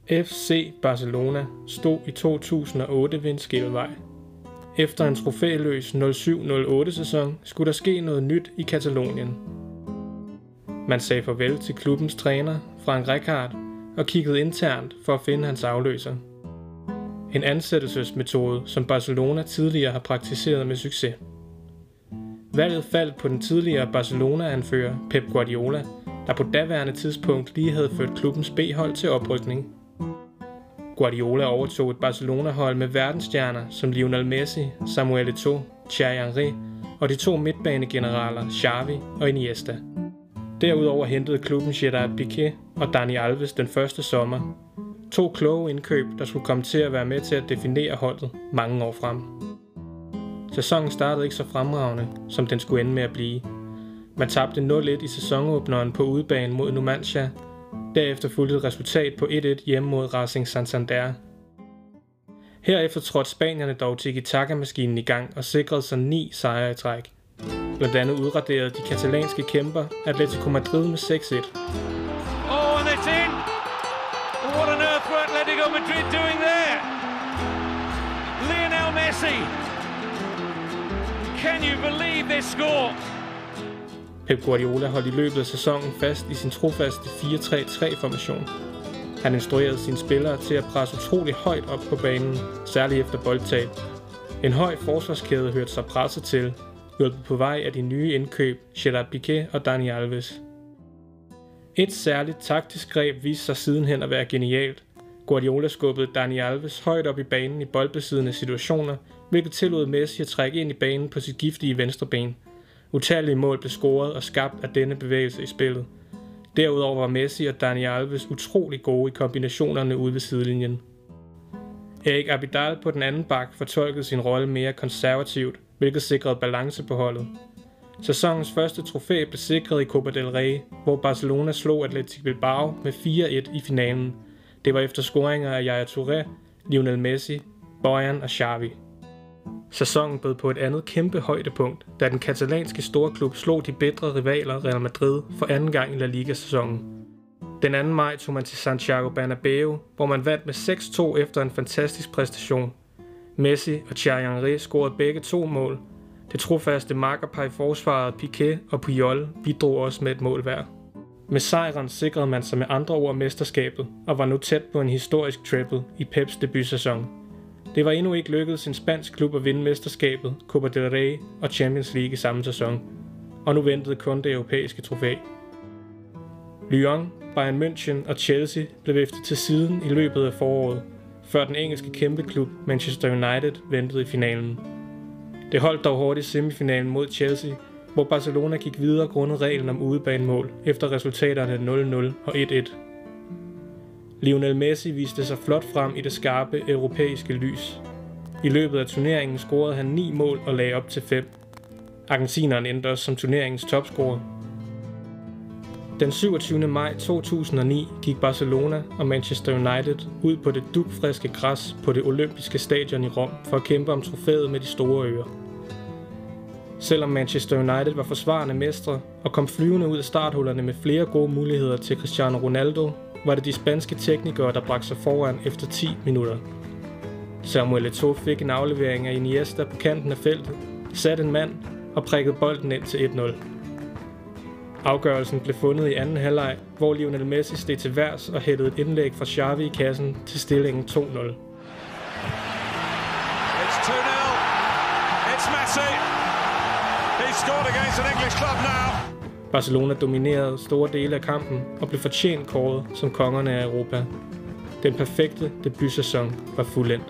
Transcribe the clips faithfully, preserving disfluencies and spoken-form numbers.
F C Barcelona stod i to tusind og otte ved en skillevej. Efter en trofæløs nul syv nul otte sæson skulle der ske noget nyt i Catalonien. Man sagde farvel til klubbens træner, Frank Rijkaard, og kiggede internt for at finde hans afløser. En ansættelsesmetode, som Barcelona tidligere har praktiseret med succes. Valget faldt på den tidligere Barcelona-anfører Pep Guardiola, der på daværende tidspunkt lige havde ført klubbens B-hold til oprykning. Guardiola overtog et Barcelona-hold med verdensstjerner som Lionel Messi, Samuel Eto'o, Thierry Henry og de to midtbanegeneraler Xavi og Iniesta. Derudover hentede klubben Gerard Piqué og Dani Alves den første sommer. To kloge indkøb, der skulle komme til at være med til at definere holdet mange år frem. Sæsonen startede ikke så fremragende, som den skulle ende med at blive. Man tabte nul et i sæsonåbneren på udebane mod Numancia. Derefter fulgte et resultat på et et hjemme mod Racing Santander. Herefter trådte spanierne dog tiki-taka-maskinen i gang og sikrede sig ni sejre i træk. Blandt andet udraderede de katalanske kæmper Atletico Madrid med seks et. Oh, and it's in! What on earth were Atletico Madrid doing there? Lionel Messi! Can you believe this score? Pep Guardiola holdt i løbet af sæsonen fast i sin trofaste fire tre tre formation. Han instruerede sine spillere til at presse utrolig højt op på banen, særligt efter boldtab. En høj forsvarskæde hørte sig presset til, hjulpet på vej af de nye indkøb Gerard Piqué og Dani Alves. Et særligt taktisk greb viste sig sidenhen at være genialt. Guardiola skubbede Dani Alves højt op i banen i boldbesiddende situationer, hvilket tillod Messi at trække ind i banen på sit giftige venstre ben. Utallige mål blev scoret og skabt af denne bevægelse i spillet. Derudover var Messi og Dani Alves utrolig gode i kombinationerne ude ved sidelinjen. Eric Abidal på den anden bak fortolkede sin rolle mere konservativt, hvilket sikrede balance på holdet. Sæsonens første trofæ blev sikret i Copa del Rey, hvor Barcelona slog Athletic Bilbao med fire et i finalen. Det var efter scoringer af Yaya Touré, Lionel Messi, Bojan og Xavi. Sæsonen bød på et andet kæmpe højdepunkt, da den katalanske storklub slog de bedre rivaler Real Madrid for anden gang i La Liga-sæsonen. Den anden maj tog man til Santiago Bernabeu, hvor man vandt med seks to efter en fantastisk præstation. Messi og Thierry Henry scorede begge to mål. Det trofaste makkerpar i forsvaret Piqué og Puyol bidrog også med et mål hver. Med sejren sikrede man sig med andre ord mesterskabet og var nu tæt på en historisk treble i Peps debutsæson. Det var endnu ikke lykkedes en spansk klub at vinde mesterskabet, Copa del Rey og Champions League i samme sæson, og nu ventede kun det europæiske trofæ. Lyon, Bayern München og Chelsea blev viftet til siden i løbet af foråret, før den engelske kæmpeklub Manchester United ventede i finalen. Det holdt dog hurtigt semifinalen mod Chelsea, hvor Barcelona gik videre grundet reglen om udebanemål efter resultaterne nul nul og et et. Lionel Messi viste sig flot frem i det skarpe europæiske lys. I løbet af turneringen scorede han ni mål og lagde op til fem. Argentineren endte også som turneringens topscorer. Den syvogtyvende maj to tusind og ni gik Barcelona og Manchester United ud på det dugfriske græs på det olympiske stadion i Rom for at kæmpe om trofæet med de store ører. Selvom Manchester United var forsvarende mestre og kom flyvende ud af starthullerne med flere gode muligheder til Cristiano Ronaldo, var det de spanske teknikere, der bragte sig foran efter ti minutter. Samuel Eto'o fik en aflevering af Iniesta på kanten af feltet, satte en mand og prikkede bolden ind til et nul. Afgørelsen blev fundet i anden halvleg, hvor Lionel Messi steg til værs og hættede et indlæg fra Xavi i kassen til stillingen to nul. It's two nil. It's Messi. He scored against an English club now. Barcelona dominerede store dele af kampen og blev fortjent kåret som kongerne af Europa. Den perfekte debutsæson var fuldendt.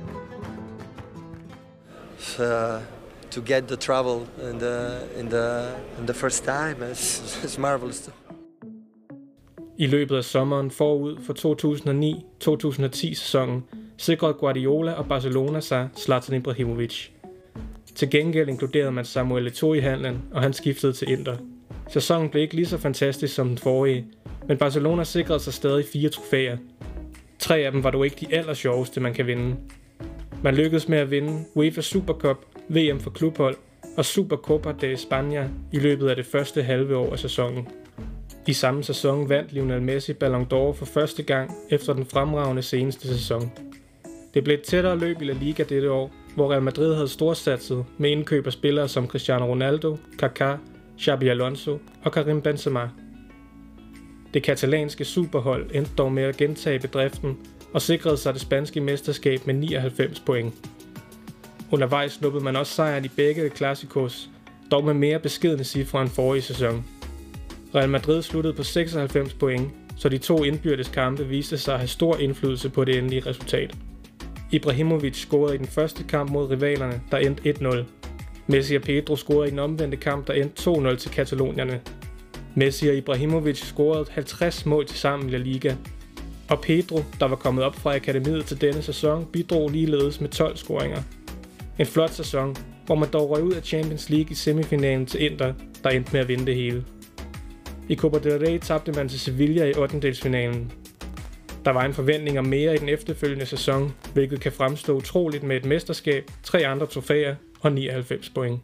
So, to get the trouble in the in the in the first time is is marvelous. I løbet af sommeren forud for to tusind og ni to tusind og ti sæsonen sikrede Guardiola og Barcelona sig Zlatan Ibrahimovic. Til gengæld inkluderede man Samuel Eto'o i handlen, og han skiftede til Inter. Sæsonen blev ikke lige så fantastisk som den forrige, men Barcelona sikrede sig stadig fire trofæer. Tre af dem var dog ikke de allersjoveste, man kan vinde. Man lykkedes med at vinde UEFA Super Cup, V M for klubhold og Supercopa de España i løbet af det første halve år af sæsonen. I samme sæson vandt Lionel Messi Ballon d'Or for første gang efter den fremragende seneste sæson. Det blev et tættere løb i La Liga dette år, hvor Real Madrid havde storsatset med indkøb af spillere som Cristiano Ronaldo, Kaká, Xabi Alonso og Karim Benzema. Det katalanske superhold endte dog med at gentage bedriften og sikrede sig det spanske mesterskab med nioghalvfems point. Undervejs snuppede man også sejren i begge Clásicos, dog med mere beskedne cifre end forrige sæson. Real Madrid sluttede på seksoghalvfems point, så de to indbyrdes kampe viste sig at have stor indflydelse på det endelige resultat. Ibrahimovic scorede i den første kamp mod rivalerne, der endte et nul. Messi og Pedro scorede i den omvendte kamp, der endte to nul til katalonierne. Messi og Ibrahimovic scorede halvtreds mål til sammen i La Liga. Og Pedro, der var kommet op fra akademiet til denne sæson, bidrog ligeledes med tolv scoringer. En flot sæson, hvor man dog røg ud af Champions League i semifinalen til Inter, der endte med at vinde det hele. I Copa del Rey tabte man til Sevilla i ottendedelsfinalen. Der var en forventning om mere i den efterfølgende sæson, hvilket kan fremstå utroligt med et mesterskab, tre andre trofæer og nioghalvfems point.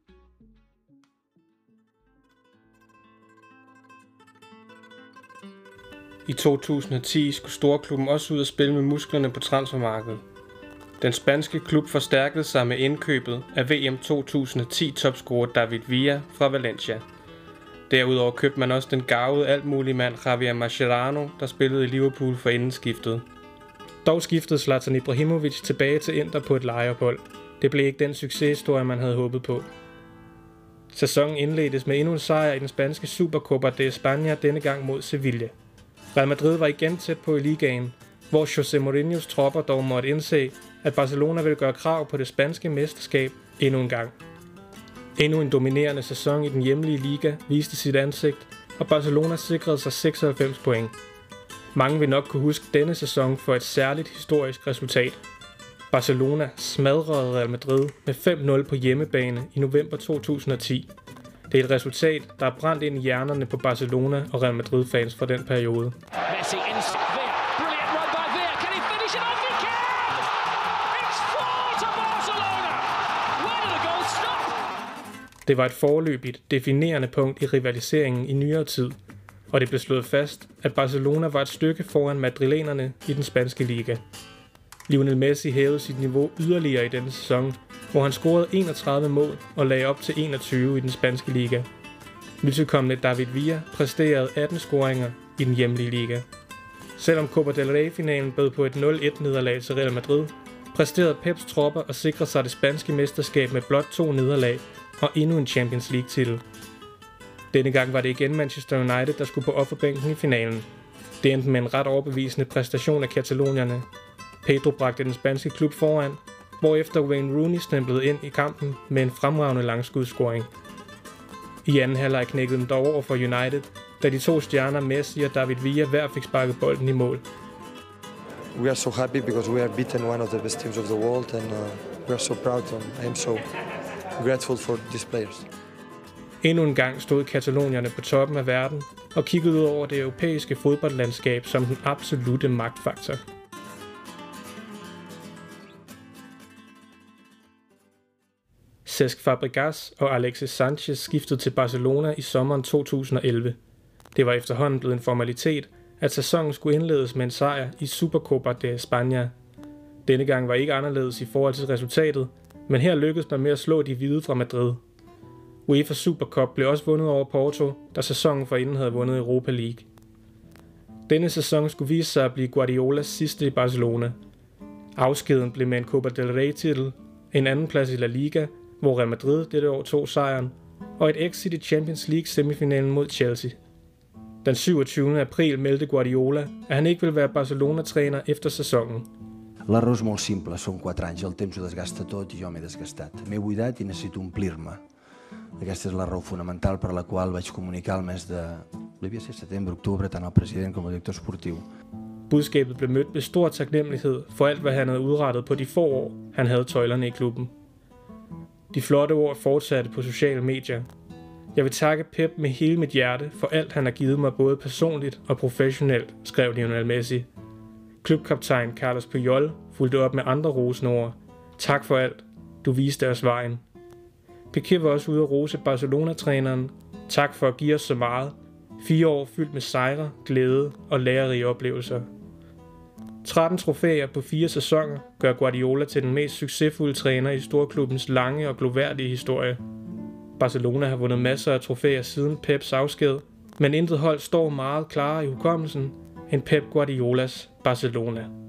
I to tusind og ti skulle storklubben også ud og spille med musklerne på transfermarkedet. Den spanske klub forstærkede sig med indkøbet af V M to tusind og ti topscorer David Villa fra Valencia. Derudover købte man også den garvede altmulige mand Javier Mascherano, der spillede i Liverpool for inden skiftet. Dog skiftede Zlatan Ibrahimovic tilbage til Inter på et lejeophold. Det blev ikke den succeshistorie, man havde håbet på. Sæsonen indledtes med endnu en sejr i den spanske Supercopa de España, denne gang mod Sevilla. Real Madrid var igen tæt på i ligaen, hvor José Mourinhos tropper dog måtte indse, at Barcelona ville gøre krav på det spanske mesterskab endnu en gang. Endnu en dominerende sæson i den hjemlige liga viste sit ansigt, og Barcelona sikrede sig seksoghalvfems point. Mange vil nok kunne huske denne sæson for et særligt historisk resultat. Barcelona smadrede Real Madrid med fem nul på hjemmebane i november to tusind og ti. Det er et resultat, der er brændt ind i hjernerne på Barcelona og Real Madrid-fans fra den periode. Messi in Villa. Brilliant run by Villa. Can he finish it off? He can! It's four to Barcelona! Where did the goal stop? Det var et foreløbigt, definerende punkt i rivaliseringen i nyere tid, og det blev slået fast, at Barcelona var et stykke foran madrilenerne i den spanske liga. Lionel Messi hævede sit niveau yderligere i denne sæson, hvor han scorede enogtredive mål og lagde op til enogtyve i den spanske liga. Nytilkommende David Villa præsterede atten scoringer i den hjemlige liga. Selvom Copa del Rey-finalen bød på et nul et nederlag til Real Madrid, præsterede Peps tropper og sikrede sig det spanske mesterskab med blot to nederlag og endnu en Champions League-titel. Denne gang var det igen Manchester United, der skulle på offerbænken i finalen. Det endte med en ret overbevisende præstation af katalonierne. Pedro bragte den spanske klub foran, hvorefter Wayne Rooney stemplede ind i kampen med en fremragende langskudsscoring. I anden halvleg knækkede den dog over for United, da de to stjerner Messi og David Villa hver fik sparket bolden i mål. We are so happy because we have beaten one of the best teams of the world, and uh, we are so proud, and I am so grateful for these players. Endnu en gang stod katalonierne på toppen af verden og kiggede ud over det europæiske fodboldlandskab som den absolute magtfaktor. Cesc Fabregas og Alexis Sanchez skiftede til Barcelona i sommeren to tusind og elleve. Det var efterhånden blevet en formalitet, at sæsonen skulle indledes med en sejr i Supercopa de España. Denne gang var ikke anderledes i forhold til resultatet, men her lykkedes man med at slå de hvide fra Madrid. UEFA Supercup blev også vundet over Porto, da sæsonen forinden havde vundet Europa League. Denne sæson skulle vise sig at blive Guardiolas sidste i Barcelona. Afskeden blev med en Copa del Rey-titel, en anden plads i La Liga, hvor Real Madrid dette år tog sejren, og et exit i Champions League semifinalen mod Chelsea. Den syvogtyvende april meldte Guardiola, at han ikke ville være Barcelona-træner efter sæsonen. L'error és molt simple, són quatre anys, el temps ho desgasta tot i jo m'he desgastat. M'he buidat i necessito omplir-me. Aquesta és la raó fonamental per la qual vaig comunicar el mes de, devia ser setembre, oktober, tant al president com al director esportiu. Budskabet blev mødt med stor taknemmelighed for alt, hvad han havde udrettet på de få år, han havde tøjlerne i klubben. De flotte ord fortsatte på sociale medier. Jeg vil takke Pep med hele mit hjerte for alt, han har givet mig både personligt og professionelt, skrev Lionel Messi. Klubkaptajn Carlos Puyol fulgte op med andre rosende ord. Tak for alt. Du viste os vejen. Piqué var også ude at rose Barcelona-træneren. Tak for at give os så meget. Fire år fyldt med sejre, glæde og lærerige oplevelser. tretten trofæer på fire sæsoner gør Guardiola til den mest succesfulde træner i storklubbens lange og gloværdige historie. Barcelona har vundet masser af trofæer siden Peps afsked, men intet hold står meget klarere i hukommelsen end Pep Guardiolas Barcelona.